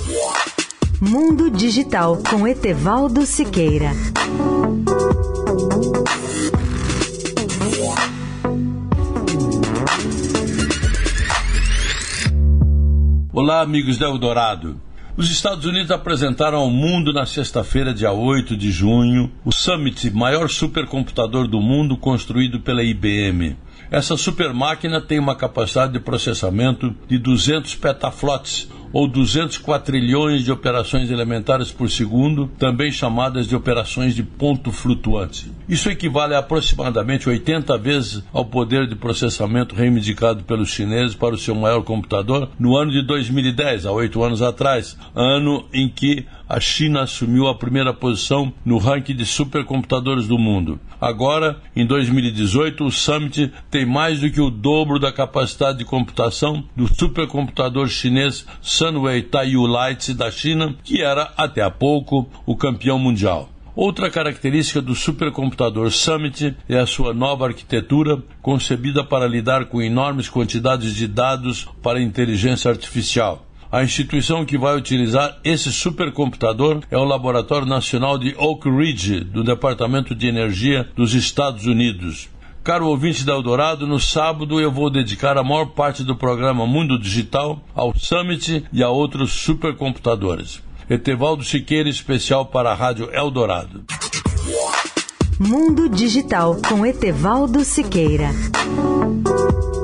Mundo Digital com Etevaldo Siqueira. Olá, amigos da Eldorado. Os Estados Unidos apresentaram ao mundo na sexta-feira, dia 8 de junho, o Summit, maior supercomputador do mundo construído pela IBM. Essa supermáquina tem uma capacidade de processamento de 200 petaflops, ou 200 quatrilhões de operações elementares por segundo, também chamadas de operações de ponto flutuante. Isso equivale a aproximadamente 80 vezes ao poder de processamento reivindicado pelos chineses para o seu maior computador no ano de 2010, há 8 anos atrás, ano em que a China assumiu a primeira posição no ranking de supercomputadores do mundo. Agora, em 2018, o Summit tem mais do que o dobro da capacidade de computação do supercomputador chinês Sunway Taiyu Lite da China, que era, até há pouco, o campeão mundial. Outra característica do supercomputador Summit é a sua nova arquitetura, concebida para lidar com enormes quantidades de dados para inteligência artificial. A instituição que vai utilizar esse supercomputador é o Laboratório Nacional de Oak Ridge, do Departamento de Energia dos Estados Unidos. Caro ouvinte da Eldorado, no sábado eu vou dedicar a maior parte do programa Mundo Digital ao Summit e a outros supercomputadores. Etevaldo Siqueira, especial para a Rádio Eldorado. Mundo Digital com Etevaldo Siqueira.